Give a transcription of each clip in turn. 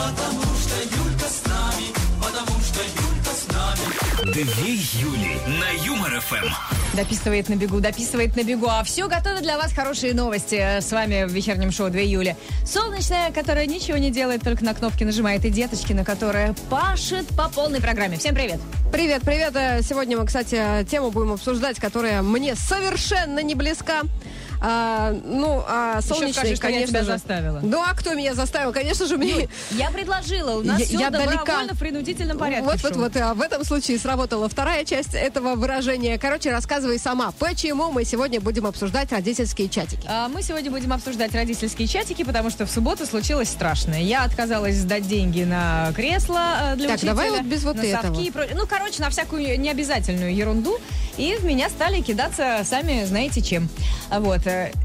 Потому что Юлька с нами, потому что Юлька с нами. 2 Юли на Юмор ФМ. Дописывает на бегу. А все готовы для вас хорошие новости. С вами в вечернем шоу 2 июля. Солнечная, которая ничего не делает, только на кнопки нажимает. И Деточкина, которая пашет по полной программе. Всем привет. Привет. Сегодня мы, кстати, тему будем обсуждать, которая мне совершенно не близка. Солнечный, скажи, что я тебя заставила. Ну, а кто меня заставил? Конечно же, мне... Я предложила. У нас все добровольно в принудительном порядке. Вот. А в этом случае сработала вторая часть этого выражения. Короче, рассказывай сама, почему мы сегодня будем обсуждать родительские чатики. Мы сегодня будем обсуждать родительские чатики, потому что в субботу случилось страшное. Я отказалась сдать деньги на кресло для учителя. Так, давай вот без вот этого. На всякую необязательную ерунду. И в меня стали кидаться сами знаете чем. Вот.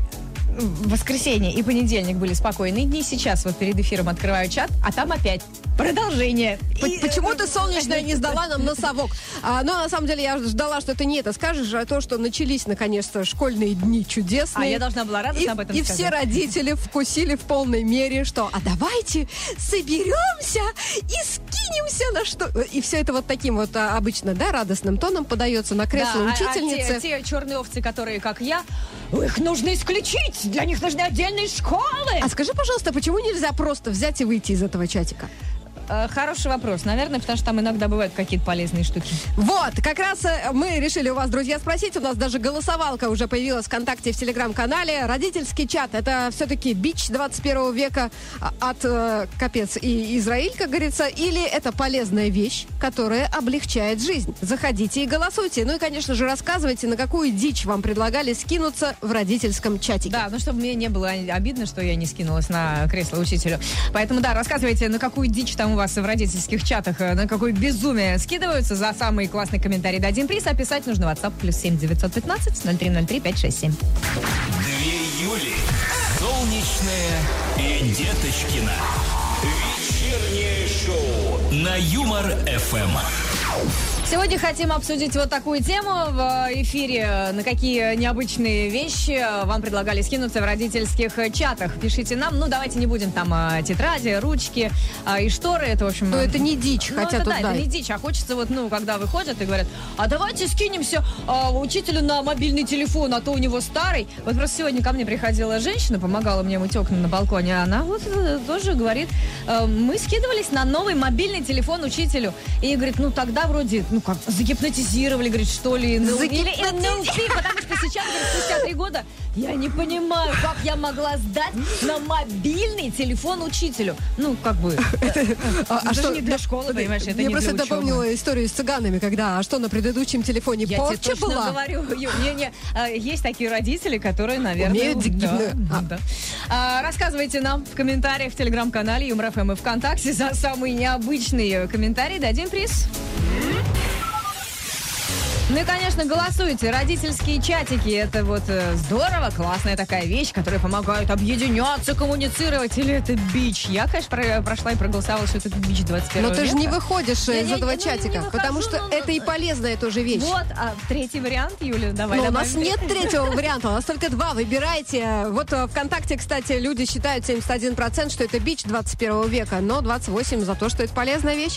Воскресенье и понедельник были спокойные дни. Сейчас вот перед эфиром открываю чат, а там опять продолжение. Почему ты, Солнечная, не сдала нам носовок? Но на самом деле я ждала, что ты не это скажешь, а то, что начались наконец-то школьные дни чудесные. Я должна была радостно об этом сказать. И все родители вкусили в полной мере, что давайте соберемся и скинемся на что. И все это вот таким вот обычно, радостным тоном подается на кресло учительницы. Те черные овцы, которые, как я, их нужно исключить. Для них нужны отдельные школы. А скажи, пожалуйста, почему нельзя просто взять и выйти из этого чатика? Хороший вопрос. Наверное, потому что там иногда бывают какие-то полезные штуки. Вот, как раз мы решили у вас, друзья, спросить. У нас даже голосовалка уже появилась ВКонтакте, в Телеграм-канале. Родительский чат — это все-таки бич 21 века от капец и Израиль, как говорится, или это полезная вещь, которая облегчает жизнь? Заходите и голосуйте. Ну и, конечно же, рассказывайте, на какую дичь вам предлагали скинуться в родительском чатике. Да, чтобы мне не было обидно, что я не скинулась на кресло учителю. Поэтому, рассказывайте, на какую дичь там у вас в родительских чатах, на какое безумие скидываются. За самый классный комментарий дадим приз. А писать нужно в WhatsApp +7 915 0303 567. 2 Юли. Солнечная и Деточкина. Вечернее шоу на Юмор ФМ. Сегодня хотим обсудить вот такую тему в эфире. На какие необычные вещи вам предлагали скинуться в родительских чатах. Пишите нам. Давайте не будем там тетради, ручки и шторы. Это, в общем... это не дичь, хотя тут это не дичь. А хочется когда выходят и говорят, давайте скинемся учителю на мобильный телефон, а то у него старый. Вот просто сегодня ко мне приходила женщина, помогала мне мыть окна на балконе. Она тоже говорит, мы скидывались на новый мобильный телефон учителю. И говорит, тогда вроде, загипнотизировали, говорит, что ли. Или NLP, потому что сейчас, говорит, спустя 3 года, я не понимаю, как я могла сдать на мобильный телефон учителю. Даже не для школы, понимаешь, это не для учебы. Я просто напомнила историю с цыганами, когда, что на предыдущем телефоне порча была. Я тебе точно говорю. Есть такие родители, которые, наверное... Рассказывайте нам в комментариях в Телеграм-канале Юмор ФМ и ВКонтакте. За самый необычный комментарий дадим приз. Ну и, конечно, голосуйте. Родительские чатики — это здорово, классная такая вещь, которая помогает объединяться, коммуницировать. Или это бич? Я, конечно, прошла и проголосовала, что это бич 21 века. Но ты же не выходишь из этого чатика, потому что это и полезная тоже вещь. Вот, третий вариант, Юля, давай. У нас нет третьего варианта, у нас только 2. Выбирайте. Вот ВКонтакте, кстати, люди считают 71%, что это бич 21 века, но 28% за то, что это полезная вещь.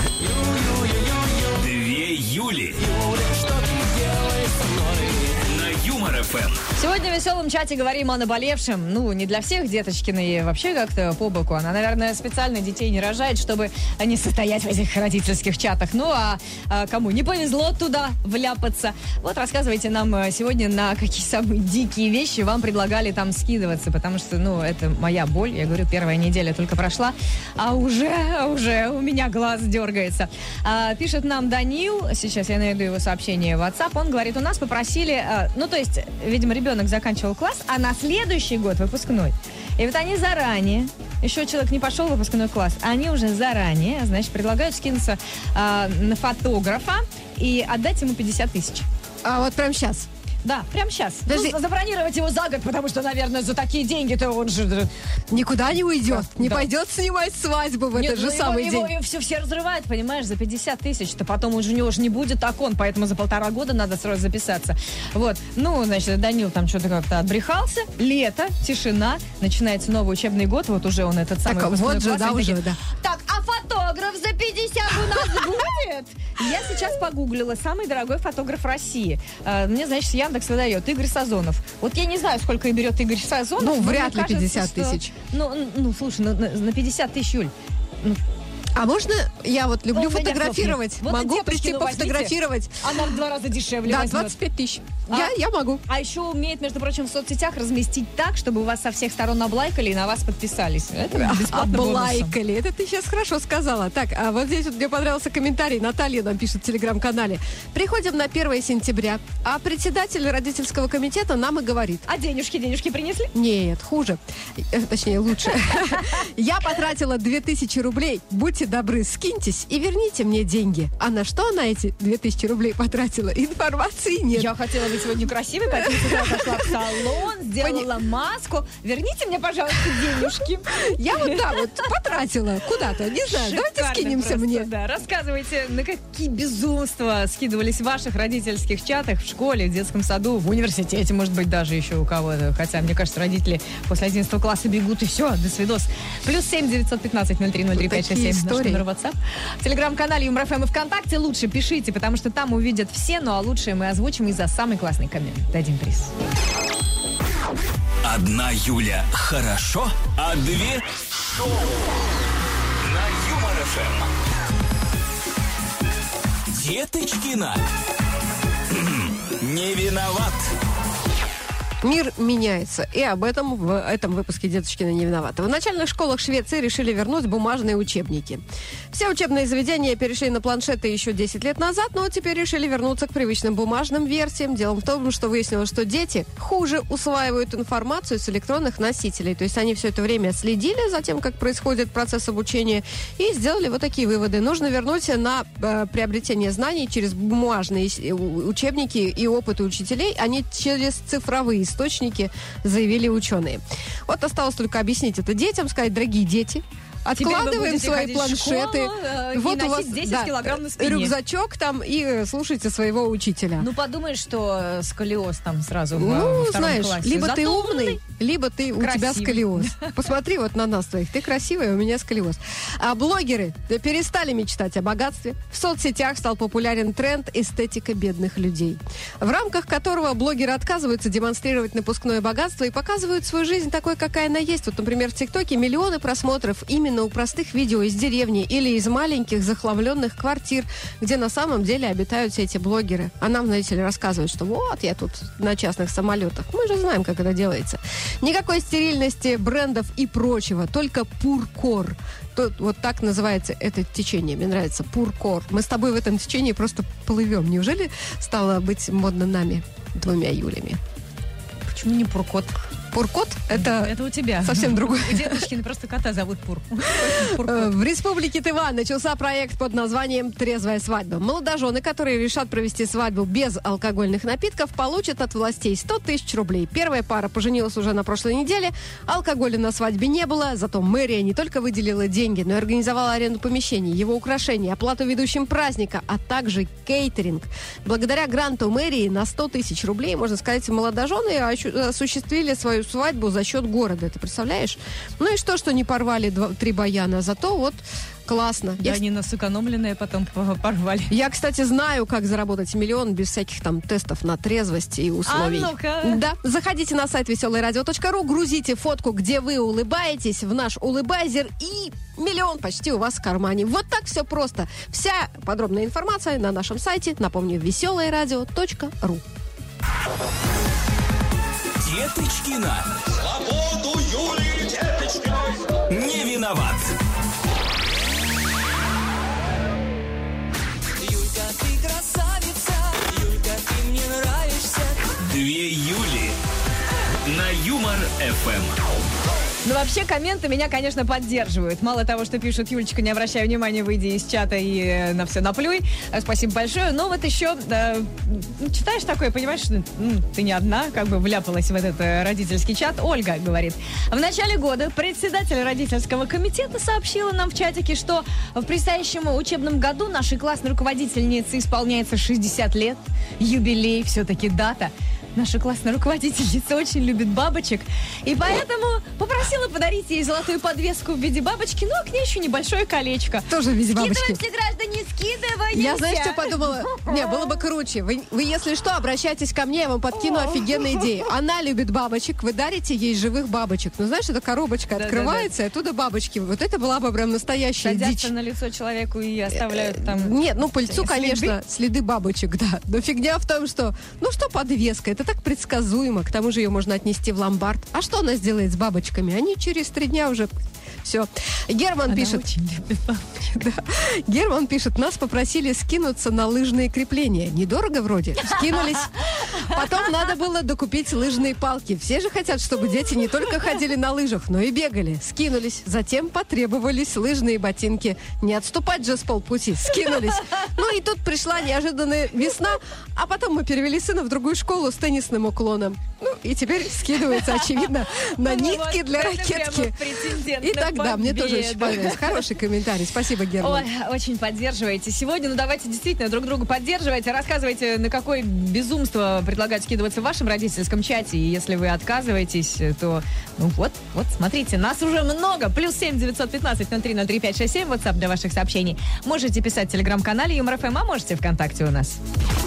2 Юли. На Юмор ФМ. Сегодня в веселом чате говорим о наболевшем. Не для всех Деточкиной вообще как-то по боку. Она, наверное, специально детей не рожает, чтобы не состоять в этих родительских чатах. А кому не повезло туда вляпаться. Рассказывайте нам сегодня, на какие самые дикие вещи вам предлагали там скидываться. Потому что, это моя боль. Я говорю, 1-я неделя только прошла, а уже у меня глаз дергается. Пишет нам Данил. Сейчас я найду его сообщение в WhatsApp. Он говорит, у нас попросили... видимо, ребенок заканчивал класс, а на следующий год выпускной. И они заранее, еще человек не пошел в выпускной класс, они уже заранее, предлагают скинуться на фотографа и отдать ему 50 000. А вот прямо сейчас. Да, прямо сейчас. Подожди. Забронировать его за год, потому что, наверное, за такие деньги-то он же... Никуда не уйдет. Не Да. пойдет снимать свадьбу в этот же самый день. Его все разрывают, понимаешь, за 50 тысяч-то. Потом у него же не будет окон, поэтому за 1,5 года надо сразу записаться. Вот. Ну, значит, Данил там что-то как-то отбрехался. Лето, тишина. Начинается новый учебный год. Вот уже он этот самый... Так, выпускной вот же, класс, да, они уже, такие, да. Так, а фотограф за 50 у нас будет? Я сейчас погуглила. Самый дорогой фотограф России. Мне, значит, Яндекс выдает. Игорь Сазонов. Вот я не знаю, сколько и берет Игорь Сазонов. Ну, но вряд мне ли кажется, 50 тысяч. Ну, слушай, на 50 тысяч, Юль. А можно я вот люблю Ну, фотографировать? вот Могу Деточкину прийти возьмите. пофотографировать? Она в 2 раза дешевле Да, возьмет. 25 тысяч. А? Я могу. А еще умеет, между прочим, в соцсетях разместить так, чтобы вас со всех сторон облайкали и на вас подписались. Это бесплатно бонусом. Облайкали. Это ты сейчас хорошо сказала. Так, а вот здесь вот мне понравился комментарий. Наталья нам пишет в телеграм-канале. Приходим на 1 сентября, а председатель родительского комитета нам и говорит. А денежки принесли? Нет, хуже. Точнее, лучше. Я потратила 2000 рублей. Будьте добры, скиньтесь и верните мне деньги. А на что она эти 2000 рублей потратила? Информации нет. Я хотела быть сегодня красивой, поэтому с утра пошла в салон, сделала маску. Верните мне, пожалуйста, денежки. Я вот, да, вот потратила куда-то. Не знаю, давайте Шикарно скинемся просто, мне. Да, рассказывайте, на какие безумства скидывались в ваших родительских чатах в школе, в детском саду, в университете, может быть, даже еще у кого-то. Хотя, мне кажется, родители после 11 класса бегут, и все, до свидос. +7 915 03 03 567 наш истории. номер WhatsApp. В телеграм-канале Юмор ФМ и ВКонтакте лучше пишите, потому что там увидят все, ну а лучшее мы озвучим и за самый классный коммент дадим приз. Одна Юля хорошо, а 2 шоу на Юмор ФМ. Деточкина. Не виноват. Мир меняется, и об этом в этом выпуске «Деточкина не виновата». В начальных школах Швеции решили вернуть бумажные учебники. Все учебные заведения перешли на планшеты еще 10 лет назад, но теперь решили вернуться к привычным бумажным версиям. Дело в том, что выяснилось, что дети хуже усваивают информацию с электронных носителей. То есть они все это время следили за тем, как происходит процесс обучения, и сделали вот такие выводы. Нужно вернуть на приобретение знаний через бумажные учебники и опыты учителей, а не через цифровые источники, заявили ученые. Вот осталось только объяснить это детям, сказать: дорогие дети, откладываем свои планшеты. Вот у вас 10 килограмм на спине. Рюкзачок там и слушайте своего учителя. Ну, подумаешь, что сколиоз там сразу во Ну, втором знаешь, классе. либо Зато ты умный, либо у тебя красивый. сколиоз. Посмотри вот на нас твоих. Ты красивая, у меня сколиоз. А блогеры перестали мечтать о богатстве. В соцсетях стал популярен тренд «эстетика бедных людей», в рамках которого блогеры отказываются демонстрировать напускное богатство и показывают свою жизнь такой, какая она есть. Вот, например, в ТикТоке миллионы просмотров именно у простых видео из деревни или из маленьких захламленных квартир, где на самом деле обитают все эти блогеры. А нам, знаете ли, рассказывают, что вот я тут на частных самолетах. Мы же знаем, как это делается. Никакой стерильности, брендов и прочего, только пуркор. Вот так называется это течение. Мне нравится пуркор. Мы с тобой в этом течении просто плывем. Неужели стало быть модно нами, 2 Юлями? Почему не Пуркот? Пуркот — это у тебя. совсем другое. У Деточкина просто кота зовут Пур. В Республике Тыва начался проект под названием «Трезвая свадьба». Молодожены, которые решат провести свадьбу без алкогольных напитков, получат от властей 100 тысяч рублей. Первая пара поженилась уже на прошлой неделе. Алкоголя на свадьбе не было, зато мэрия не только выделила деньги, но и организовала аренду помещений, его украшений, оплату ведущим праздника, а также кейтеринг. Благодаря гранту мэрии на 100 тысяч рублей, можно сказать, молодожены осуществили свою свадьбу за счет города. Ты представляешь? Ну и что не порвали 3 баяна, зато вот классно. Да, они на сэкономленные потом порвали. Я, кстати, знаю, как заработать миллион без всяких там тестов на трезвость и условий. А ну-ка. Да, заходите на сайт веселорадио.ру, грузите фотку, где вы улыбаетесь, в наш улыбайзер, и миллион почти у вас в кармане. Вот так все просто. Вся подробная информация на нашем сайте, напомню, веселорадио.ру. Деточкина. Свободу Юлии Деточкиной. Не виноват. Юлька, ты красавица. Юлька, ты мне нравишься. 2 Юли на Юмор ФМ. Ну, вообще, комменты меня, конечно, поддерживают. Мало того, что пишут: Юлечка, не обращай внимания, выйди из чата и на все наплюй. Спасибо большое. Но вот еще читаешь такое, понимаешь, что ты не одна, как бы вляпалась в этот родительский чат. Ольга говорит: в начале года председатель родительского комитета сообщила нам в чатике, что в предстоящем учебном году нашей классной руководительнице исполняется 60 лет. Юбилей, все-таки дата. Наша классная руководительница очень любит бабочек, и поэтому попросила подарить ей золотую подвеску в виде бабочки, но к ней еще небольшое колечко. Тоже в виде бабочки. Скидываемся, граждане, скидываемся. Я, знаешь, что подумала? Не, было бы круче. Вы, если что, обращайтесь ко мне, я вам подкину офигенные идеи. Она любит бабочек, вы дарите ей живых бабочек. Ну, знаешь, эта коробочка открывается, и оттуда бабочки. Вот это была бы прям настоящая дичь. Садятся на лицо человеку и оставляют там... Нет, ну, пыльцу, конечно, следы бабочек, да. Но фигня в том, что, подвеска? Это так предсказуемо. К тому же ее можно отнести в ломбард. А что она сделает с бабочками? Они через 3 дня уже... Все. Герман пишет... Да. Герман пишет: нас попросили скинуться на лыжные крепления. Недорого вроде. Скинулись. Потом надо было докупить лыжные палки. Все же хотят, чтобы дети не только ходили на лыжах, но и бегали. Скинулись. Затем потребовались лыжные ботинки. Не отступать же с полпути. Скинулись. Ну и тут пришла неожиданная весна, а потом мы перевели сына в другую школу с теннисным уклоном. Ну и теперь скидывается, очевидно, на нитки для ракетки. И тогда мне тоже очень понравилось. Хороший комментарий. Спасибо, Герман. Ой, очень поддерживаете. Сегодня, давайте действительно друг друга поддерживайте. Рассказывайте, на какое безумство предлагают скидываться в вашем родительском чате. И если вы отказываетесь, то вот, смотрите, нас уже много. +7 915 03 03 567. WhatsApp для ваших сообщений. Можете писать в телеграм-канале Юмор ФМ, а можете ВКонтакте у нас.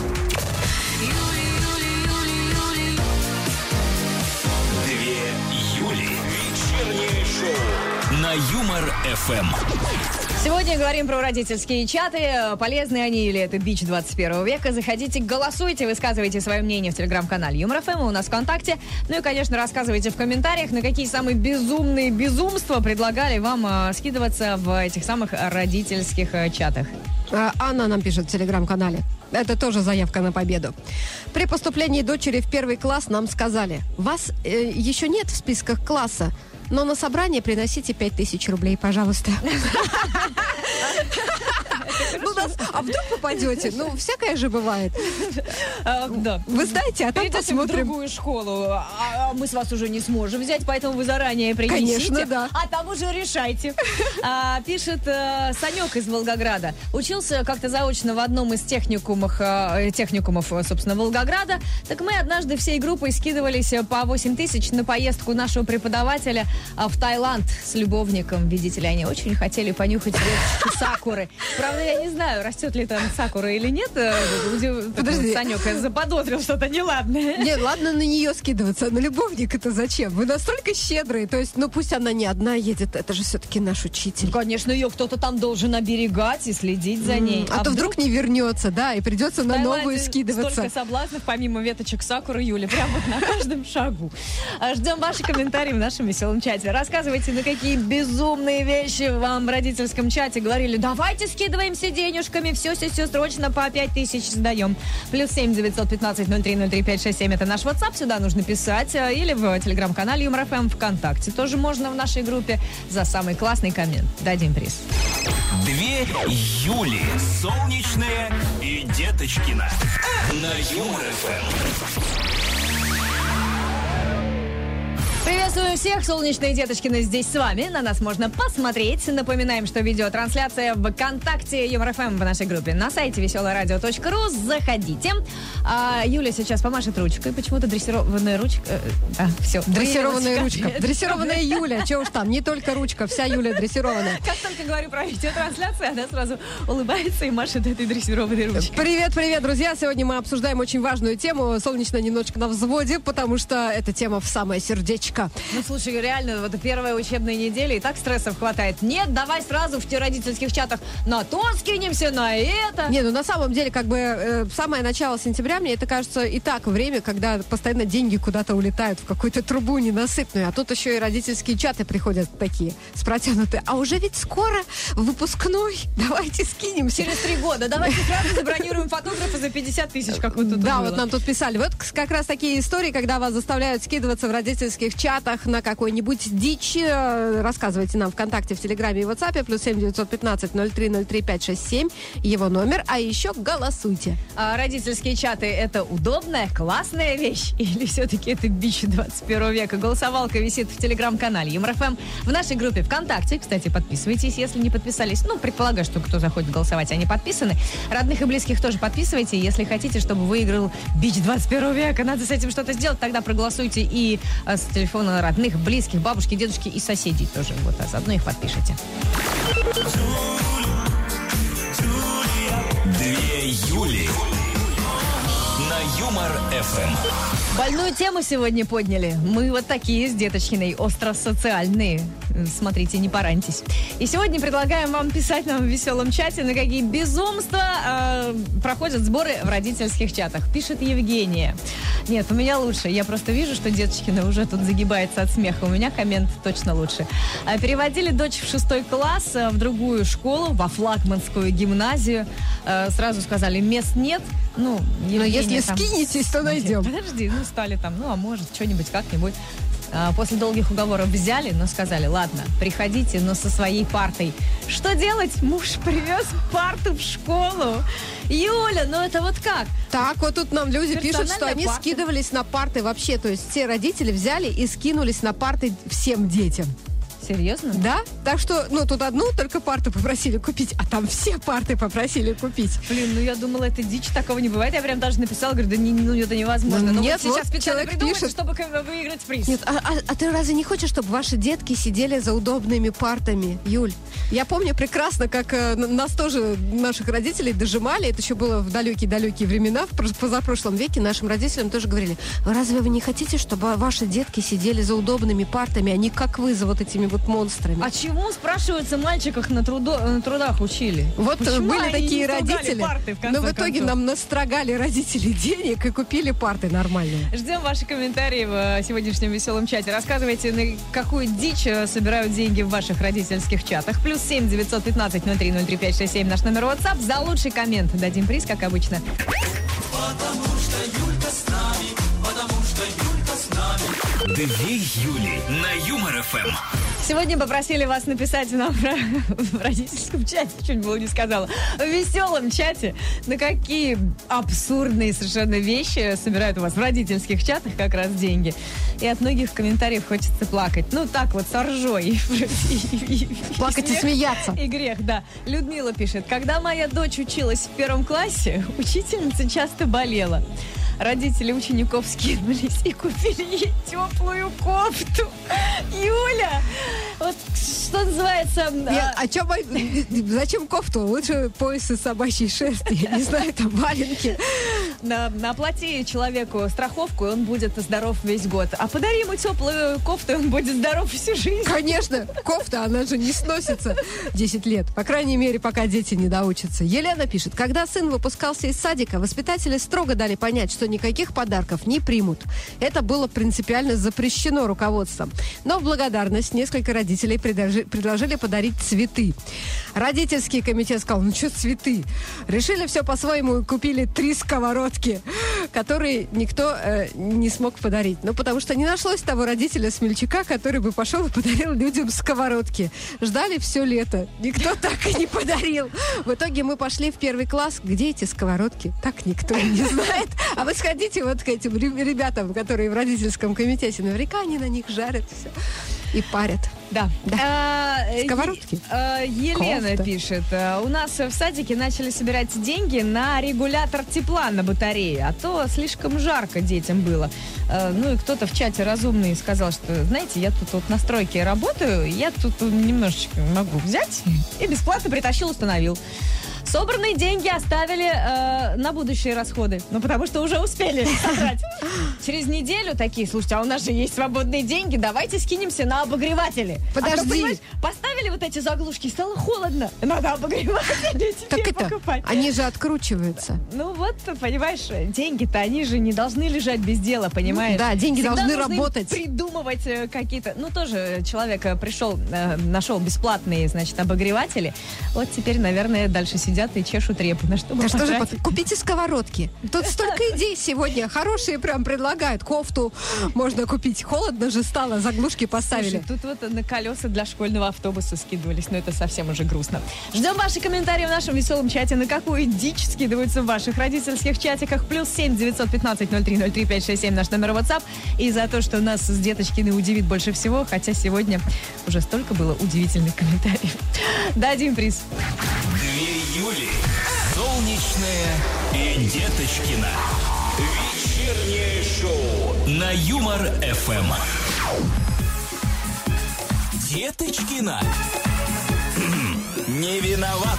Вечернее шоу на Юмор ФМ. Сегодня говорим про родительские чаты. Полезны они или это бич 21 века? Заходите, голосуйте, высказывайте свое мнение в телеграм-канале Юмор ФМ, у нас ВКонтакте. Ну и, конечно, рассказывайте в комментариях, на какие самые безумные безумства предлагали вам скидываться в этих самых родительских чатах. Анна нам пишет в телеграм-канале. Это тоже заявка на победу. При поступлении дочери в 1 класс нам сказали: вас еще нет в списках класса, но на собрание приносите 5000 рублей, пожалуйста. А вдруг попадете? Ну, всякое же бывает. Вы знаете, а там посмотрим. В другую школу. А мы с вас уже не сможем взять, поэтому вы заранее принесите. Конечно, да. А там уже решайте. Пишет Санек из Волгограда. Учился как-то заочно в одном из техникумов, собственно, Волгограда. Так мы однажды всей группой скидывались по 8 тысяч на поездку нашего преподавателя в Таиланд с любовником. Видите ли, они очень хотели понюхать веточку сакуры. Правда, я не знаю, растет ли там сакура или нет. Подожди. Санек заподозрил что-то неладное. Нет, ладно на нее скидываться, на любовника это зачем? Вы настолько щедрые, то есть, пусть она не одна едет, это же все-таки наш учитель. Конечно, ее кто-то там должен оберегать и следить за ней. А то вдруг не вернется, да, и придется на новую скидываться. Столько соблазнов, помимо веточек сакуры, Юля, прямо вот на каждом шагу. Ждем ваши комментарии в нашем веселом чате. Рассказывайте, на какие безумные вещи вам в родительском чате говорили: давайте скидываемся денежками, все срочно по 5000 сдаем. +7 915 03 03 567 это наш WhatsApp, сюда нужно писать. Или в телеграм-канале Юмор ФМ, ВКонтакте. Тоже можно в нашей группе. За самый классный коммент дадим приз. 2 Юли. Солнечная и Деточкина. На Юмор ФМ. Приветствую всех, солнечные Деточкины здесь с вами. На нас можно посмотреть. Напоминаем, что видеотрансляция в ВКонтакте Юмор ФМ в нашей группе. На сайте веселорадио.ру. Заходите. Юля сейчас помашет ручкой. Почему-то дрессированная ручка. Все. Дрессированная ручка. Дрессированная Юля. Чего уж там, не только ручка, вся Юля дрессированная. Как только говорю про видеотрансляцию, она сразу улыбается и машет этой дрессированной ручкой. Привет, друзья. Сегодня мы обсуждаем очень важную тему. Солнечно немножечко на взводе, потому что эта тема в самое сердечко. Ну, слушай, реально, вот первая учебная неделя, и так стрессов хватает. Нет, давай сразу в родительских чатах на то скинемся, на это. Не, на самом деле, самое начало сентября, мне это кажется, и так время, когда постоянно деньги куда-то улетают в какую-то трубу ненасытную. А тут еще и родительские чаты приходят такие, с протянутые. А уже ведь скоро выпускной, давайте скинемся. Через 3 года. Давайте сразу забронируем фотографа за 50 тысяч, как вот тут Да, было. вот нам тут писали. Вот как раз такие истории, когда вас заставляют скидываться в родительских чатах. чатах на какой-нибудь дичи. Рассказывайте нам ВКонтакте, в Телеграме и WhatsApp. +7 915 0303 567. Его номер. А еще голосуйте. А родительские чаты — это удобная, классная вещь? Или все-таки это бич 21 века? Голосовалка висит в Телеграм-канале Юмор ФМ. В нашей группе ВКонтакте, кстати, подписывайтесь, если не подписались. Ну, предполагаю, что кто заходит голосовать, они подписаны. Родных и близких тоже подписывайте. Если хотите, чтобы выиграл бич 21 века, надо с этим что-то сделать, тогда проголосуйте и с телефона родных, близких, бабушки, дедушки и соседей тоже. Вот, а заодно их подпишите. Две Юли на Юмор ФМ. Больную тему сегодня подняли. Мы вот такие с Деточкиной, остросоциальные. Смотрите, не пораньтесь. И сегодня предлагаем вам писать нам в веселом чате, на какие безумства проходят сборы в родительских чатах. Пишет Евгения. Нет, у меня лучше. Я просто вижу, что Деточкина уже тут загибается от смеха. У меня коммент точно лучше. Переводили дочь в 6 класс в другую школу, во флагманскую гимназию. Сразу сказали, мест нет. Ну, но если там... скинетесь, то найдем. Подожди, стали там, а может, что-нибудь как-нибудь. После долгих уговоров взяли, но сказали, ладно, приходите, но со своей партой. Что делать? Муж привез парту в школу. Юля, ну это вот как? Так, вот тут нам люди пишут, что они скидывались на парты вообще. То есть все родители взяли и скинулись на парты всем детям. Серьезно? Да. Так что, тут одну только парту попросили купить, а там все парты попросили купить. Блин, я думала, это дичь, такого не бывает. Я прям даже написала, говорю, это невозможно. Но нет, вот сейчас специально человек придумали, пишет, чтобы выиграть приз. Нет, а ты разве не хочешь, чтобы ваши детки сидели за удобными партами, Юль? Я помню прекрасно, как нас тоже, наших родителей, дожимали. Это еще было в далекие-далекие времена, в позапрошлом веке. Нашим родителям тоже говорили, разве вы не хотите, чтобы ваши детки сидели за удобными партами, а не как вы за вот этими вот монстрами? А чему, спрашивается, мальчиках на трудах учили? Вот почему были такие родители, парты, но в итоге нам настрогали родители денег и купили парты нормальные. Ждем ваши комментарии в сегодняшнем веселом чате. Рассказывайте, на какую дичь собирают деньги в ваших родительских чатах. +7 915 0303 567 наш номер WhatsApp. За лучший коммент дадим приз, как обычно. Потому что Юлька с нами, потому что Юлька с нами. Две Юли на Юмор ФМ. Сегодня попросили вас написать нам в родительском чате, чуть было не сказала, в веселом чате, на какие абсурдные совершенно вещи собирают у вас в родительских чатах как раз деньги. И от многих комментариев хочется плакать. Так вот, с ржой. Плакать и смеяться. И грех, да. Людмила пишет, когда моя дочь училась в 1 классе, учительница часто болела. Родители учеников скинулись и купили ей теплую кофту. Юля, вот что называется... Зачем кофту? Лучше пояс из собачьей шерсти. Я не знаю, там валенки. Оплати человеку страховку, и он будет здоров весь год. А подари ему теплую кофту, и он будет здоров всю жизнь. Конечно, кофта, она же не сносится 10 лет. По крайней мере, пока дети не доучатся. Елена пишет, когда сын выпускался из садика, воспитатели строго дали понять, что никаких подарков не примут. Это было принципиально запрещено руководством. Но в благодарность несколько родителей предложили подарить цветы. Родительский комитет сказал, что цветы? Решили все по-своему и купили 3 сковородки, которые никто не смог подарить. Потому что не нашлось того родителя-смельчака, который бы пошел и подарил людям сковородки. Ждали все лето. Никто так и не подарил. В итоге мы пошли в 1 класс. Где эти сковородки? Так никто не знает. А вы сходите вот к этим ребятам, которые в родительском комитете. Наверняка они на них жарят все и парят. Да. Сковородки. Елена Кофта. пишет, у нас в садике начали собирать деньги на регулятор тепла на батарее, а то слишком жарко детям было. И кто-то в чате разумный сказал, что, знаете, я тут вот на стройке работаю, я тут немножечко могу взять и бесплатно притащил, установил. Собранные деньги оставили на будущие расходы. Потому что уже успели собрать. Через неделю такие, слушайте, а у нас же есть свободные деньги, давайте скинемся на обогреватели. Подожди. Поставили вот эти заглушки, стало холодно. Надо обогреватели теперь покупать. Они же откручиваются. Понимаешь, деньги-то, они же не должны лежать без дела, понимаешь? Да, деньги Всегда должны нужно работать. Придумывать какие-то... тоже человек пришел, нашел бесплатные, обогреватели. Вот теперь, наверное, дальше сидят ребята и чешут репу. На что Да что же, купите сковородки. Тут столько идей сегодня. Хорошие прям предлагают. Кофту можно купить. Холодно же стало, заглушки поставили. Слушай, тут вот на колеса для школьного автобуса скидывались, но это совсем уже грустно. Ждем ваши комментарии в нашем веселом чате. На какую дичь скидываются в ваших родительских чатиках. +7 915 03 03 567 наш номер WhatsApp. И за то, что нас с Деточкиной удивит больше всего, хотя сегодня уже столько было удивительных комментариев. Дадим приз. 2 Юли. Солнечная и Деточкина. Вечернее шоу на Юмор-ФМ. Деточкина. Не виноват.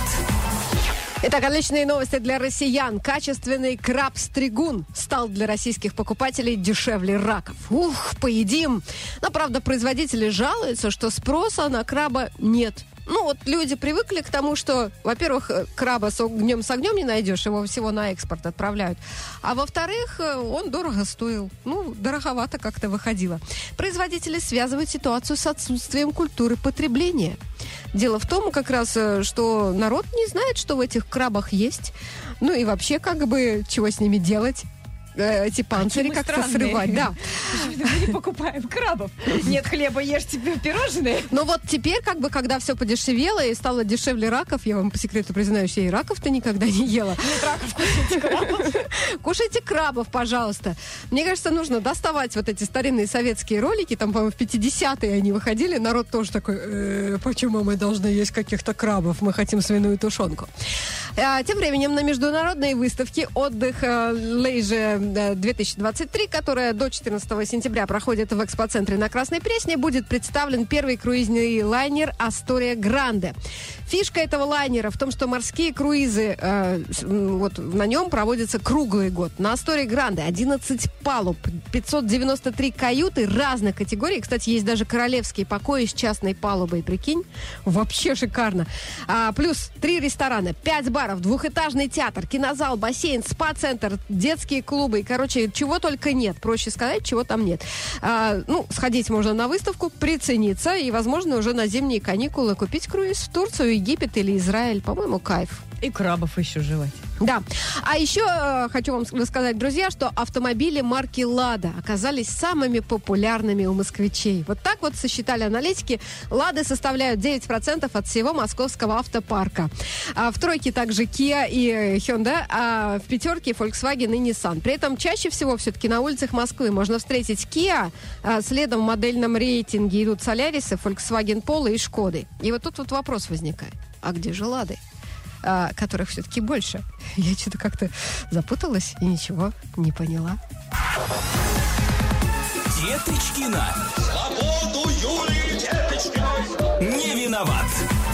Итак, отличные новости для россиян. Качественный краб-стригун стал для российских покупателей дешевле раков. Ух, поедим! Но, правда, производители жалуются, что спроса на краба нет. Ну, вот люди привыкли к тому, что, во-первых, краба с огнем не найдешь, его всего на экспорт отправляют. А во-вторых, он дорого стоил. Ну, дороговато как-то выходило. Производители связывают ситуацию с отсутствием культуры потребления. Дело в том, как раз, что народ не знает, что в этих крабах есть. Ну и вообще, как бы, чего с ними делать. Эти панцири как-то срывать, да. Мы не покупаем крабов. Нет хлеба, ешь тебе пирожные. Но вот теперь, как бы, когда все подешевело и стало дешевле раков, я вам по секрету признаюсь, я и раков-то никогда не ела. Нет раков, кушайте крабов. Кушайте крабов, пожалуйста. Мне кажется, нужно доставать вот эти старинные советские ролики, там, по-моему, в 50-е они выходили, народ тоже такой, почему мы должны есть каких-то крабов, мы хотим свиную тушенку. Тем временем на международной выставке «Отдых Лейже 2023», которая до 14 сентября проходит в экспоцентре на Красной Пресне, будет представлен первый круизный лайнер «Астория Гранде». Фишка этого лайнера в том, что морские круизы, вот на нем проводятся круглый год. На «Астории Гранде» 11 палуб, 593 каюты разных категорий. Кстати, есть даже королевские покои с частной палубой, прикинь. Вообще шикарно. Плюс 3 ресторана, 5 баров, двухэтажный театр, кинозал, бассейн, спа-центр, детские клубы. И, короче, чего только нет. Проще сказать, чего там нет. Сходить можно на выставку, прицениться и, возможно, уже на зимние каникулы купить круиз в Турцию, Египет или Израиль. По-моему, кайф. И крабов еще жевать. Да. А еще хочу вам рассказать, друзья, что автомобили марки «Лада» оказались самыми популярными у москвичей. Вот так вот сосчитали аналитики. «Лады» составляют 9% от всего московского автопарка. В тройке также Kia и Hyundai, а в пятерке Volkswagen и Nissan. При этом чаще всего все-таки на улицах Москвы можно встретить Kia, следом в модельном рейтинге идут Solaris, Volkswagen Polo и Шкоды. И вот тут вот вопрос возникает. А где же «Лады», которых все-таки больше? Я что-то как-то запуталась и ничего не поняла. Деточкина. Свободу Юлии Деточкиной. Не виноват.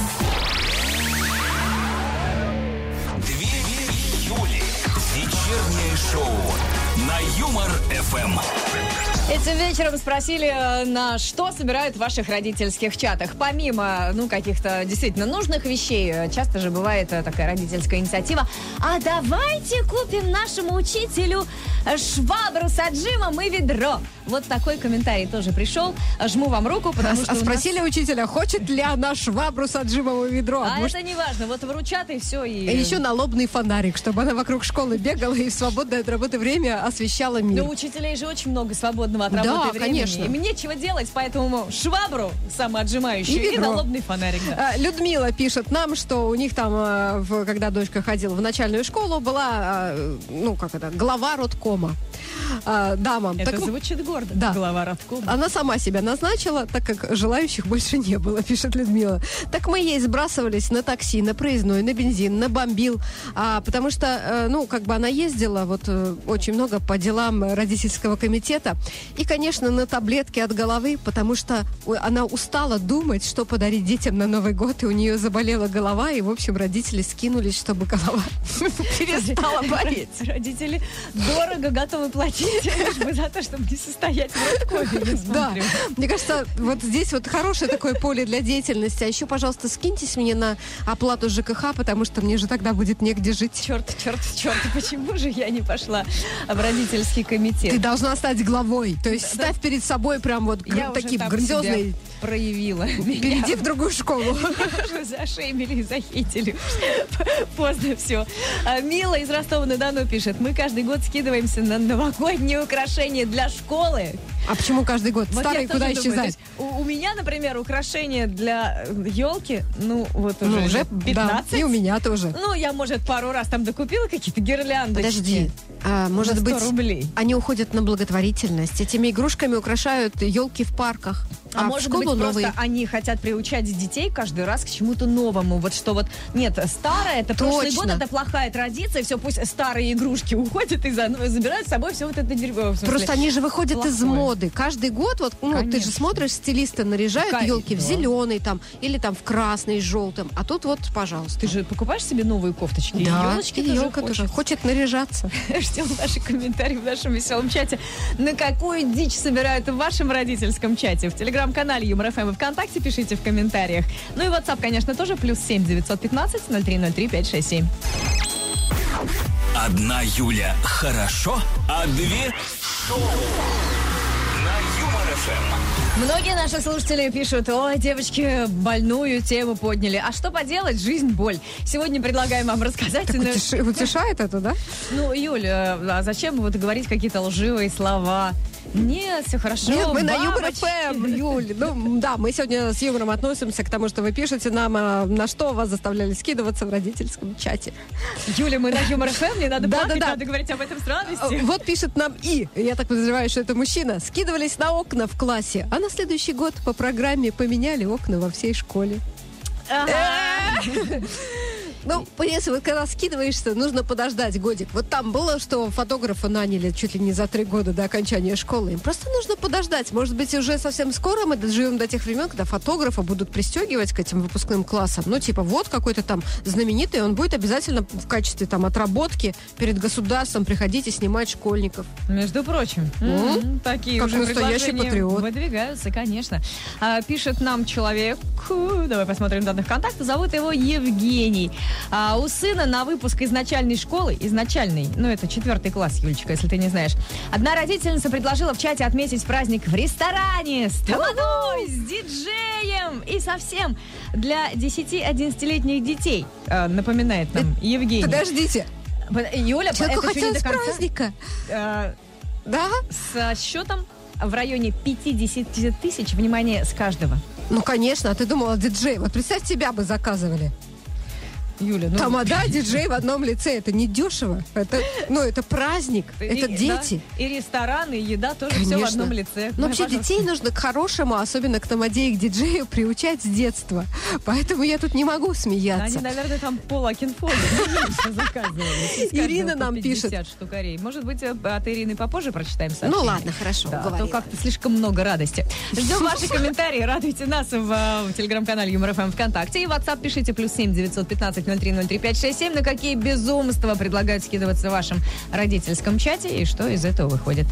2 Юли. Вечернее шоу на Юмор-ФМ. Этим вечером спросили, на что собирают в ваших родительских чатах. Помимо, каких-то действительно нужных вещей, часто же бывает такая родительская инициатива. А давайте купим нашему учителю швабру с отжимом и ведро. Вот такой комментарий тоже пришел. Жму вам руку, потому что спросили учителя, хочет ли она швабру с отжимом и ведро. Это не важно. Вот вручат и все. И еще налобный фонарик, чтобы она вокруг школы бегала и в свободное от работы время освещала мир. Но у учителей же очень много свободного от работы времени. Конечно. Им нечего делать, поэтому швабру самоотжимающую и налобный фонарик. Да. Людмила пишет нам, что у них там, когда дочка ходила в начальную школу, была, глава родкома. Дама. Это звучит гордо. Да. Глава родкома. Она сама себя назначила, так как желающих больше не было, пишет Людмила. Так мы ей сбрасывались на такси, на проездной, на бензин, на бомбил. Потому что, она ездила очень много по делам родительского комитета. И, конечно, на таблетки от головы, потому что она устала думать, что подарить детям на Новый год, и у нее заболела голова, и, в общем, родители скинулись, чтобы голова перестала болеть. Родители дорого готовы платить лишь бы за то, чтобы не состоять в родкоме. Да, мне кажется, вот здесь вот хорошее такое поле для деятельности. А еще, пожалуйста, скиньтесь мне на оплату ЖКХ, потому что мне же тогда будет негде жить. Черт, почему же я не пошла в родительский комитет? Ты должна стать главой. То есть ставь перед собой прям вот такие грандиозные проявила. Перейди в другую школу. Уже зашеймили и захитили. Поздно все. Мила из Ростова-на-Дону пишет: мы каждый год скидываемся на новогодние украшения для школы. А почему каждый год? Вот Старые я куда тоже думаю, исчезают? то есть у меня, например, украшения для елки, вот Ну, уже уже 15. Да, и у меня тоже. Ну, я, может, пару раз там докупила какие-то гирлянды. Подожди, может на 100 быть, рублей. они уходят на благотворительность. Этими игрушками украшают елки в парках. А в может школу быть, новые. просто они хотят приучать детей каждый раз к чему-то новому. Вот что вот, нет, старое, это прошлый Точно. год, это плохая традиция, все, пусть старые игрушки уходят и забирают с собой все вот это дерьмо. В смысле, Просто они же выходят из плохое. моды. Каждый год, вот, ты же Конечно. смотришь, стилисты наряжают Конечно. елки в зеленый там, или там в красный с желтым. А тут вот, пожалуйста. Ты же покупаешь себе новые кофточки? Да, елочки и елка тоже хочет наряжаться. Ждем ваши комментарии в нашем веселом чате. На какую дичь собирают в вашем родительском чате? В телеграм-канале Юмор ФМ и ВКонтакте пишите в комментариях. Ну и WhatsApp, конечно, тоже +7 915 0303 567. Одна Юля хорошо, а две шоу на Юмор ФМ. Многие наши слушатели пишут: ой, девочки, больную тему подняли. А что поделать? Жизнь — боль. Сегодня предлагаем вам рассказать. Так утешает это, да? Ну, Юля, а зачем вот говорить какие-то лживые слова? Нет, все хорошо. Нет, мы на Юмор бабочки. ФМ, Юль. Ну, да, мы сегодня с юмором относимся к тому, что вы пишете нам, на что вас заставляли скидываться в родительском чате. Юля, мы на Юмор ФМ, не надо Да, плакать, да, да. надо говорить об этом с радостью. Вот пишет нам я так подозреваю, что это мужчина, скидывались на окна в классе, а на следующий год по программе поменяли окна во всей школе. Ну, если вот когда скидываешься, нужно подождать годик. Вот там было, что фотографа наняли чуть ли не за 3 года до окончания школы. Им просто нужно подождать. Может быть, уже совсем скоро мы доживем до тех времен, когда фотографа будут пристегивать к этим выпускным классам. Ну, типа, вот какой-то там знаменитый, он будет обязательно в качестве там отработки перед государством приходить и снимать школьников. Между прочим, такие как уже настоящий предложения патриот. выдвигаются, конечно. Пишет нам человек, давай посмотрим данных контактов, зовут его Евгений. У сына на выпуск из начальной школы, это 4 класс, Юлечка, если ты не знаешь, одна родительница предложила в чате отметить праздник в ресторане с тамадой, с диджеем и совсем для 10-11-летних детей, напоминает нам Евгений. Подождите. Юля, Человеку это еще не до хотелось конца. праздника. Да? Со счетом в районе 50 тысяч, внимание, с каждого. Ну, конечно, а ты думала, диджей. Вот представь, тебя бы заказывали. Юля, Тамада, диджей в одном лице. Это не дешево. Это праздник. Это дети. Да, и рестораны, и еда тоже все в Конечно. одном лице. Но вообще Пожалуйста. детей нужно к хорошему, особенно к тамаде и к диджею, приучать с детства. Поэтому я тут не могу смеяться. Они, наверное, там полакинфоли меньше заказывали. С Ирина каждого по нам 50 пишет. штукарей. Может быть, от Ирины попозже прочитаем сообщение? Ну ладно, хорошо, Да, а то уговорила. как-то слишком много радости. Ждем ваши комментарии, радуйте нас в телеграм-канале Юмор ФМ ВКонтакте. И в WhatsApp пишите +7 915 0303 567. На какие безумства предлагают скидываться в вашем родительском чате и что из этого выходит.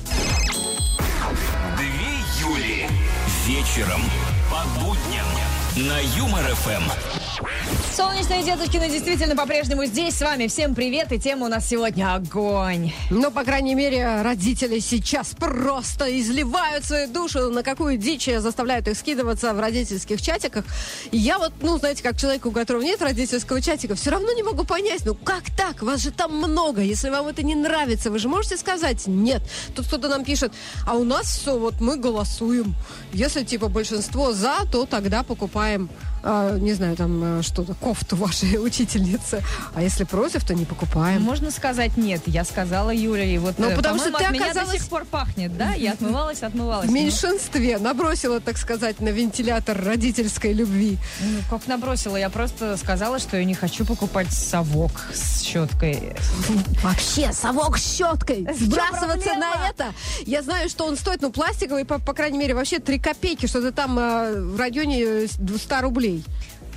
Две Юли. Вечером по будням на Юмор ФМ. Солнечные Дедушкины действительно по-прежнему здесь с вами. Всем привет, и тема у нас сегодня огонь. Ну, по крайней мере, родители сейчас просто изливают свою душу, на какую дичь заставляют их скидываться в родительских чатиках. И я вот, знаете, как человек, у которого нет родительского чатика, все равно не могу понять, как так? Вас же там много. Если вам это не нравится, вы же можете сказать нет. Тут кто-то нам пишет, а у нас все, вот мы голосуем. Если, большинство за, то тогда покупаем, не знаю, там что-то, кофту вашей учительницы. А если против, то не покупаем. Можно сказать нет. Я сказала Юле, и вот потому что по-моему, ты от меня оказалась до сих пор пахнет, да? Я отмывалась. в меньшинстве набросила, так сказать, на вентилятор родительской любви. Ну, как набросила? Я просто сказала, что я не хочу покупать совок с щеткой. Вообще, совок с щеткой. Сбрасываться проблема? на это. Я знаю, что он стоит, пластиковый, по крайней мере, вообще 3 копейки, что-то там в районе 100 рублей.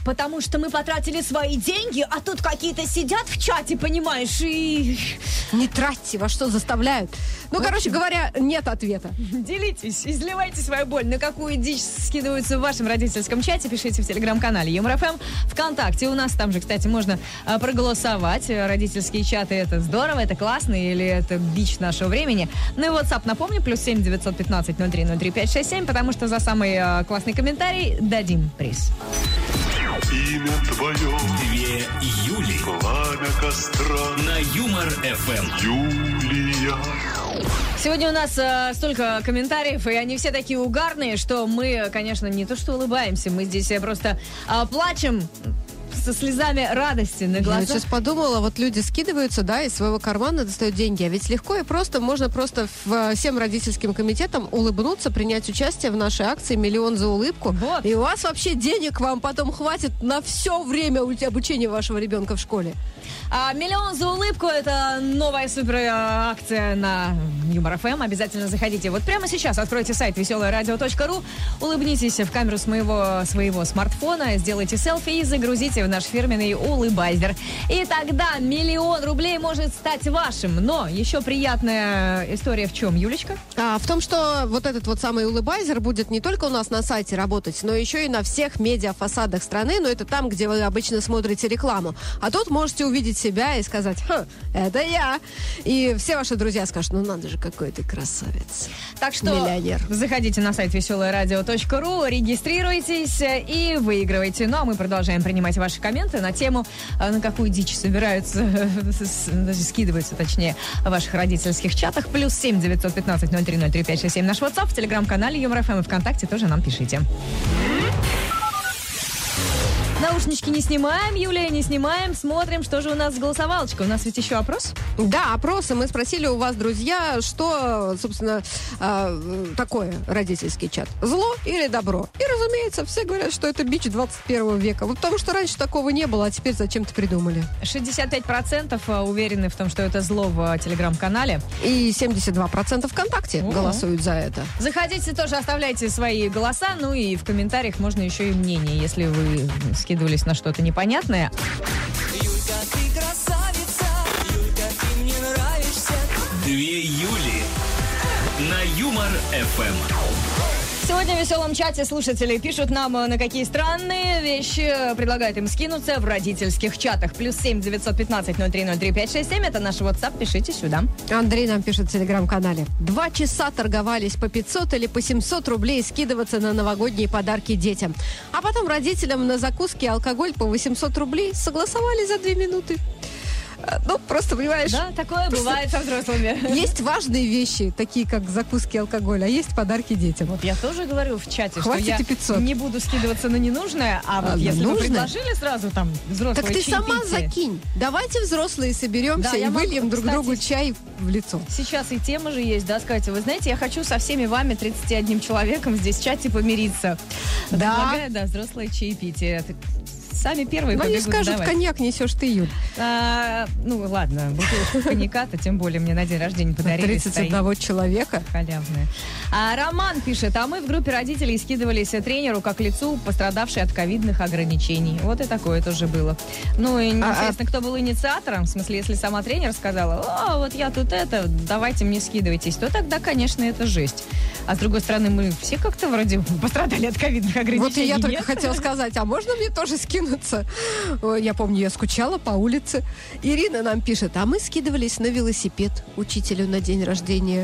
потому что мы потратили свои деньги, а тут какие-то сидят в чате, понимаешь, и... Не тратьте, во что заставляют. Ну, короче говоря, нет ответа. Делитесь, изливайте свою боль. На какую дичь скидываются в вашем родительском чате, пишите в телеграм-канале Юмор ФМ, ВКонтакте. У нас там же, кстати, можно проголосовать. Родительские чаты — это здорово, это классно, или это бич нашего времени. Ну и WhatsApp, напомню, +7 915 03 03 567, потому что за самый классный комментарий дадим приз. Имя твое, 2 Юли пламя костра, на Юмор ФМ. Юлия. Сегодня у нас столько комментариев, и они все такие угарные, что мы, конечно, не то что улыбаемся, мы здесь просто плачем со слезами радости на Я глазах. сейчас подумала, вот люди скидываются, да, из своего кармана достают деньги, а ведь легко и просто можно просто всем родительским комитетам улыбнуться, принять участие в нашей акции «Миллион за улыбку». Вот. И у вас вообще денег вам потом хватит на все время обучения вашего ребенка в школе. «Миллион за улыбку» — это новая супер акция на Юмор ФМ. Обязательно заходите. Вот прямо сейчас откройте сайт веселорадио.ру, улыбнитесь в камеру своего смартфона, сделайте селфи и загрузите в наш фирменный улыбайзер. И тогда 1 000 000 рублей может стать вашим. Но еще приятная история в чем, Юлечка? В том, что вот этот вот самый улыбайзер будет не только у нас на сайте работать, но еще и на всех медиафасадах страны, но это там, где вы обычно смотрите рекламу. А тут можете увидеть себя и сказать: это я. И все ваши друзья скажут: ну надо же, какой ты красавец. Так что миллионер. Заходите на сайт веселорадио.ру, регистрируйтесь и выигрывайте. Ну а мы продолжаем принимать ваши комменты на тему, на какую дичь собираются, скидываются, точнее, в ваших родительских чатах. +7 915 03 03 567 наш WhatsApp, в телеграм-канале Юмор ФМ и ВКонтакте тоже нам пишите. Наушнички не снимаем, Юлия, не снимаем. Смотрим, что же у нас с голосовалочкой. У нас ведь еще опрос? Да, опросы. Мы спросили у вас, друзья, что, собственно, такое родительский чат. Зло или добро? И, разумеется, все говорят, что это бич 21 века. Вот потому что раньше такого не было, а теперь зачем-то придумали. 65% уверены в том, что это зло в телеграм-канале. И 72% ВКонтакте голосуют за это. Заходите, тоже оставляйте свои голоса. Ну и в комментариях можно еще и мнение, если вы скидывались на что-то непонятное. Юлька, ты красавица, Юлька, ты мне нравишься. 2 Юли на Юмор ФМ. Сегодня в веселом чате слушатели пишут нам, на какие странные вещи предлагают им скинуться в родительских чатах. +7 915 03 03 567. Это наш WhatsApp. Пишите сюда. Андрей нам пишет в телеграм-канале: 2 часа торговались по 500 или по 700 рублей скидываться на новогодние подарки детям. А потом родителям на закуски и алкоголь по 800 рублей согласовали за 2 минуты. Ну, просто, понимаешь... Да, такое бывает со взрослыми. Есть важные вещи, такие как закуски и алкоголь, а есть подарки детям. Вот я тоже говорю в чате, Хватит что я 500. не буду скидываться на ненужное, а вот на если вы нужное? предложили сразу там взрослые Так ты сама закинь. Давайте взрослые соберемся Да, и я могу, выльем друг кстати, другу чай в лицо. Сейчас и тема же есть, да, сказать, вы знаете, я хочу со всеми вами, 31 человеком, здесь в чате помириться. Да. Предлагаю, да, взрослое чаепитие. Сами первые Но они побегут скажут: сдавать. коньяк несешь ты, Юль. Ну, ладно, бутылочку коньяка-то, тем более мне на день рождения подарили. 31 человека. Халявная. Роман пишет: а мы в группе родителей скидывались тренеру как лицу, пострадавшей от ковидных ограничений. Вот и такое тоже было. Ну, и интересно, кто был инициатором? В смысле, если сама тренер сказала: вот я тут давайте мне скидывайтесь, то тогда, конечно, это жесть. А с другой стороны, мы все как-то вроде пострадали от ковидных ограничений. Вот и я только нет? хотела сказать: а можно мне тоже скинуться? Ой, я помню, я скучала по улице. Ирина нам пишет: а мы скидывались на велосипед учителю на день рождения.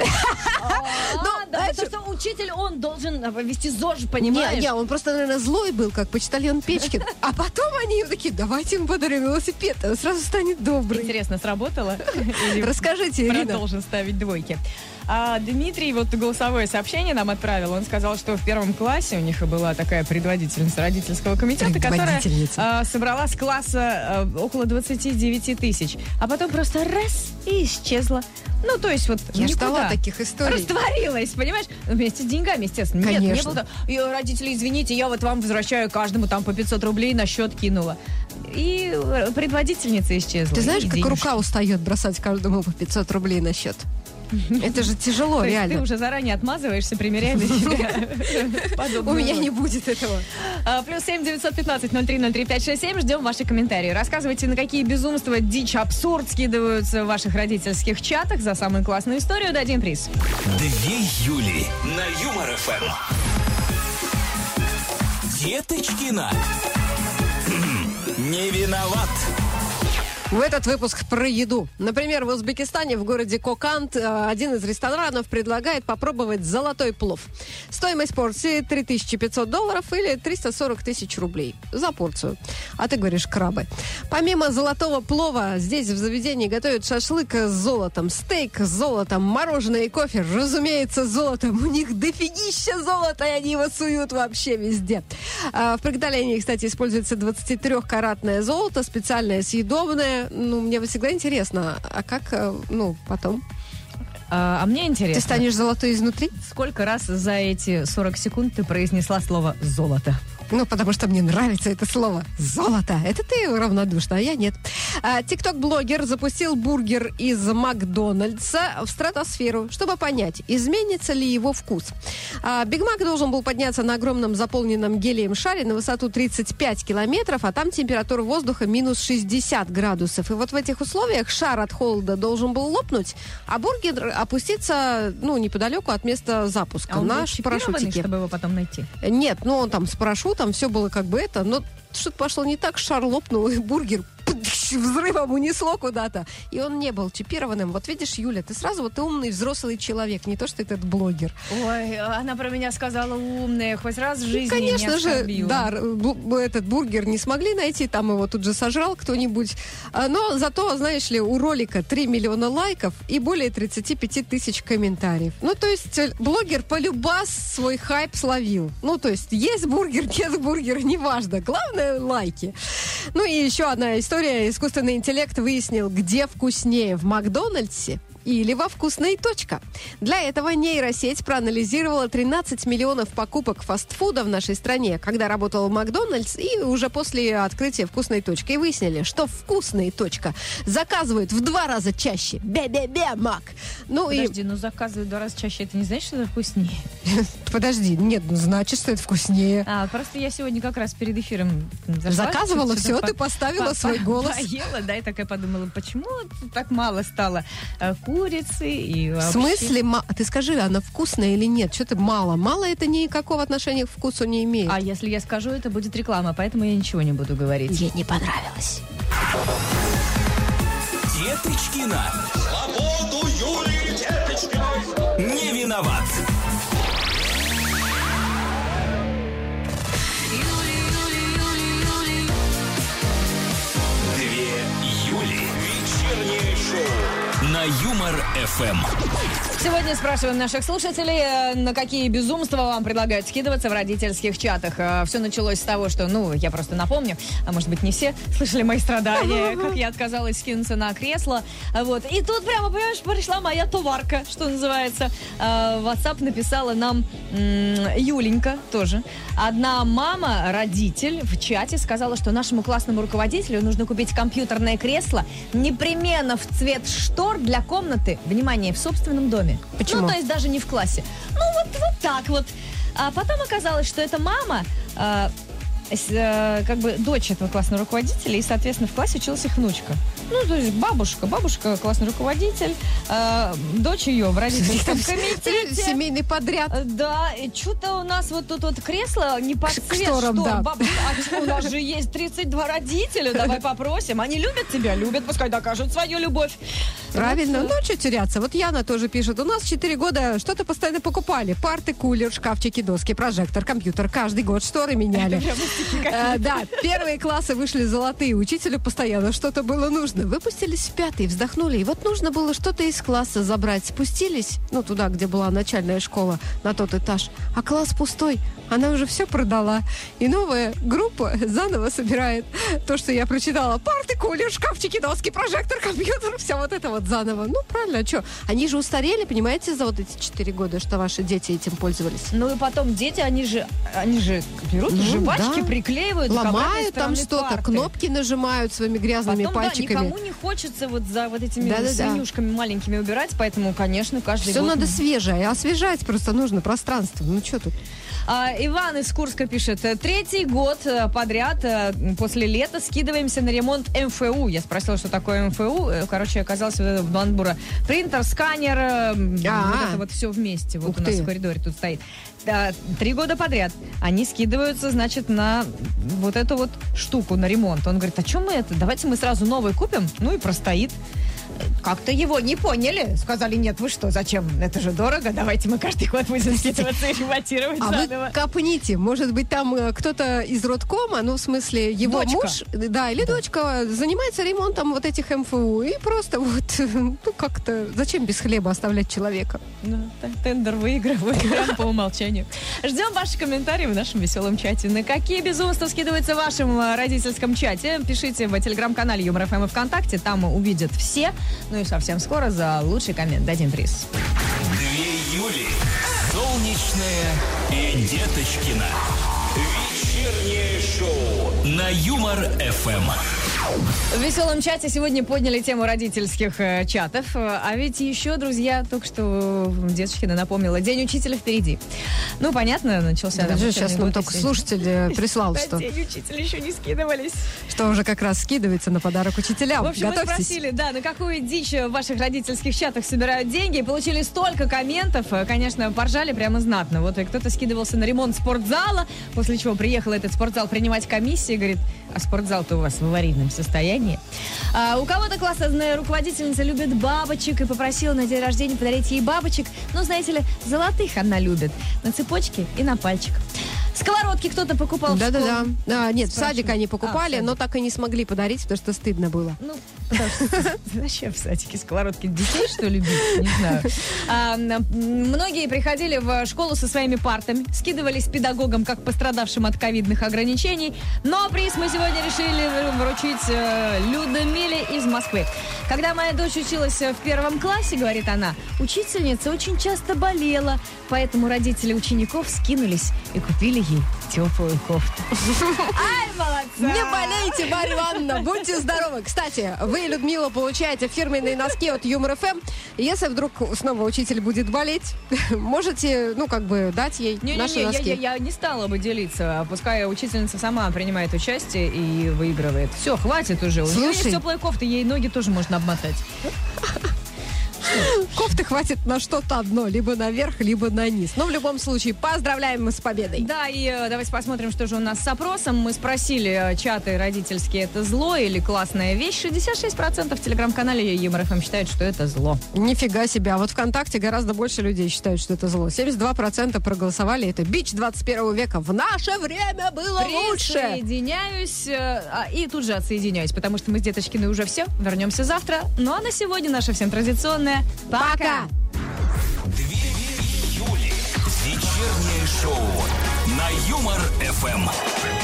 Да, потому что учитель, он должен вести ЗОЖ, понимаешь? Не, он просто, наверное, злой был, как почтальон Печкин. А потом они такие: давайте ему подарим велосипед, он сразу станет добрый. Интересно, сработало? Или Расскажите, Ирина. продолжим ставить двойки? Дмитрий вот голосовое сообщение нам отправил. Он сказал, что в 1 классе у них была такая предводительница родительского комитета, которая собрала с класса около 29 тысяч. А потом просто раз и исчезла. Ну, то есть вот Я никуда. ждала таких историй. Растворилась, понимаешь? Вместе с деньгами, естественно. Нет, Конечно. не было. И родители, извините, я вот вам возвращаю каждому там по 500 рублей на счет кинула. И предводительница исчезла. Ты знаешь, И как денежки. рука устает бросать каждому по 500 рублей на счет? Это же тяжело, То есть реально. ты уже заранее отмазываешься, примеряя на себя. У меня не будет этого. Плюс 7 915 0303 567. Ждем ваши комментарии. Рассказывайте, на какие безумства, дичь, абсурд скидываются в ваших родительских чатах. За самую классную историю дадим приз. 2 Юли на Юмор ФМ. Деточкина. Не виноват. В этот выпуск про еду. Например, в Узбекистане, в городе Коканд, один из ресторанов предлагает попробовать золотой плов. Стоимость порции $3500 или 340 тысяч рублей за порцию. А ты говоришь крабы. Помимо золотого плова, здесь в заведении готовят шашлык с золотом, стейк с золотом, мороженое и кофе, разумеется, с золотом. У них дофигища золота, и они его суют вообще везде. В приготовлении, кстати, используется 23-каратное золото, специальное съедобное. Ну, мне всегда интересно, а как, потом? А мне интересно. Ты станешь золотой изнутри? Сколько раз за эти 40 секунд ты произнесла слово «золото»? Ну, потому что мне нравится это слово «золото». Это ты равнодушна, а я нет. Тикток-блогер запустил бургер из Макдональдса в стратосферу, чтобы понять, изменится ли его вкус. Биг Мак должен был подняться на огромном заполненном гелием шаре на высоту 35 километров, а там температура воздуха минус 60 градусов. И вот в этих условиях шар от холода должен был лопнуть, а бургер опуститься, неподалеку от места запуска. А он на был чипированный, парашютике. чтобы его потом найти? Нет, он там с парашютом, все было как бы это, но что-то пошло не так, шар лопнул, и бургер взрывом унесло куда-то. И он не был чипированным. Вот видишь, Юля, ты сразу ты умный взрослый человек, не то, что этот блогер. Ой, она про меня сказала умная, хоть раз в жизни Конечно не же, оскорбила. да, этот бургер не смогли найти, там его тут же сожрал кто-нибудь. Но зато, знаешь ли, у ролика 3 миллиона лайков и более 35 тысяч комментариев. Ну, то есть блогер полюбас свой хайп словил. Ну, то есть есть бургер, нет бургера, неважно. Главное, лайки. Ну, и еще одна история. Искусственный интеллект выяснил, где вкуснее, в Макдональдсе или во «Вкусной. Точка». Для этого нейросеть проанализировала 13 миллионов покупок фастфуда в нашей стране, когда работала в Макдональдс, и уже после открытия «Вкусной. Точки». И выяснили, что «Вкусная. Точка» заказывают в 2 раза чаще. Бе-бе-бе, Мак. Подожди, заказывают в 2 раза чаще, это не значит, что это вкуснее? Подожди, нет, значит, что это вкуснее. Просто я сегодня как раз перед эфиром зашла, Заказывала что-то все, ты поставила свой голос. Поела, да, и такая подумала, почему так мало стало курицы и вообще... В смысле? Ты скажи, она вкусная или нет? Что ты мало? Мало это никакого отношения к вкусу не имеет. А если я скажу, это будет реклама, поэтому я ничего не буду говорить. Ей не понравилось. Деточкина. Свободу Юлии Деточкиной. Не виноват. Юли. Вечернее шоу на Юмор ФМ. Сегодня спрашиваем наших слушателей, на какие безумства вам предлагают скидываться в родительских чатах. Все началось с того, что, я просто напомню, а может быть не все слышали мои страдания, как я отказалась скинуться на кресло. Вот. И тут прямо, понимаешь, пришла моя товарка, что называется. В WhatsApp написала нам Юленька тоже. Одна мама, родитель в чате сказала, что нашему классному руководителю нужно купить компьютерное кресло непременно в цвет штор для комнаты, внимание, в собственном доме. Почему? То есть даже не в классе. Вот так вот. А потом оказалось, что эта мама дочь этого классного руководителя, и, соответственно, в классе училась их внучка. То есть бабушка классный руководитель, дочь ее в родительском комитете. Семейный подряд. Да, и что-то у нас вот тут кресло не под цвет штор. Да. Бабушка, у нас же есть 32 родителя, давай попросим. Они любят тебя, пускай докажут свою любовь. Правильно, что теряться. Вот Яна тоже пишет, у нас 4 года что-то постоянно покупали. Парты, кулер, шкафчики, доски, прожектор, компьютер. Каждый год шторы меняли. Да, первые классы вышли золотые. Учителю постоянно что-то было нужно. Выпустились в 5-й, вздохнули. И вот нужно было что-то из класса забрать. Спустились, туда, где была начальная школа, на тот этаж. А класс пустой. она уже все продала. И новая группа заново собирает то, что я прочитала. Парты, кулер, шкафчики, доски, прожектор, компьютер, все вот это вот заново. Ну, правильно, а что? Они же устарели, понимаете, за вот эти 4 года, что ваши дети этим пользовались. Ну и потом дети, они же берут жвачки, да. приклеивают. Ломают там что-то, кнопки нажимают своими грязными потом, пальчиками. Да, никому не хочется вот за вот этими Да-да-да. свинюшками маленькими убирать, поэтому, конечно, каждый Все год... надо свежее, освежать просто нужно пространство. Ну, что тут? Иван из Курска пишет: 3-й год подряд после лета скидываемся на ремонт МФУ. Я спросила, что такое МФУ. Короче, оказалось, вот это бандура. Принтер, сканер, вот это вот все вместе. Вот у нас в коридоре тут стоит. 3 года подряд они скидываются, значит, на вот эту вот штуку, на ремонт. Он говорит: а что мы это? Давайте мы сразу новый купим. Ну и простоит. Как-то его не поняли. Сказали: нет, вы что, зачем? Это же дорого. Давайте мы каждый год будем скидываться и ремонтировать заново. Вы копните. Может быть, там кто-то из родкома, ну, в смысле, его дочка. муж, да, или дочка занимается ремонтом вот этих МФУ. И просто вот, ну, как-то, зачем без хлеба оставлять человека? Ну, тендер выиграем по умолчанию. Ждем ваши комментарии в нашем веселом чате. На какие безумства скидываются в вашем родительском чате? Пишите в телеграм-канале Юмор ФМ и ВКонтакте. Там увидят все. Ну и совсем скоро за лучший коммент дадим приз. 2 Юли. Солнечная и Деточкина. Вечернее шоу на Юмор ФМ. В веселом чате сегодня подняли тему родительских чатов. А ведь еще, друзья, только что Деточкина напомнила: День учителя впереди. Ну, понятно, начался... Да, сейчас нам только слушатель прислал, что... День учителя еще не скидывались. Что уже как раз скидывается на подарок учителям. В общем, Готовьтесь. мы спросили, да, на какую дичь в ваших родительских чатах собирают деньги. Получили столько комментов. Конечно, поржали прямо знатно. Вот и кто-то скидывался на ремонт спортзала, после чего приехал этот спортзал принимать комиссии. Говорит: а спортзал-то у вас в аварийном состоянии. У кого-то классная руководительница любит бабочек и попросила на день рождения подарить ей бабочек. Ну, знаете ли, золотых она любит. На цепочке и на пальчик. Сковородки кто-то покупал в школу. Да-да-да. Нет, в садик они покупали, садик. но так и не смогли подарить, потому что стыдно было. Ну, потому что зачем в садике сковородки? Детей, что ли, бить? Не знаю. Многие приходили в школу со своими партами, скидывались педагогам, как пострадавшим от ковидных ограничений. Но приз мы сегодня решили вручить Людмиле из Москвы. Когда моя дочь училась в 1 классе, говорит она, учительница очень часто болела, поэтому родители учеников скинулись и купили ей теплую кофту. Ай, молодца! Не болейте, Марья Ивановна, будьте здоровы. Кстати, вы, Людмила, получаете фирменные носки от Юмор ФМ. Если вдруг снова учитель будет болеть, можете, ну, как бы, дать ей наши носки. Я не стала бы делиться. Пускай учительница сама принимает участие и выигрывает. Все, хватит уже. У нее есть теплая кофта, ей ноги тоже можно обмотать. Кофты хватит на что-то одно, либо наверх, либо на низ. Но в любом случае, поздравляем мы с победой. Да, и давайте посмотрим, что же у нас с опросом. Мы спросили, чаты родительские — это зло или классная вещь? 66% в телеграм-канале Юмор ФМ считают, что это зло. Нифига себе. А вот ВКонтакте гораздо больше людей считают, что это зло. 72% проголосовали. Это бич 21 века. В наше время было лучше. Присоединяюсь и тут же отсоединяюсь, потому что мы с Деточкиной уже все. Вернемся завтра. Ну а на сегодня наша всем традиционная пока! 2 Юли. Вечернее шоу на Юмор ФМ.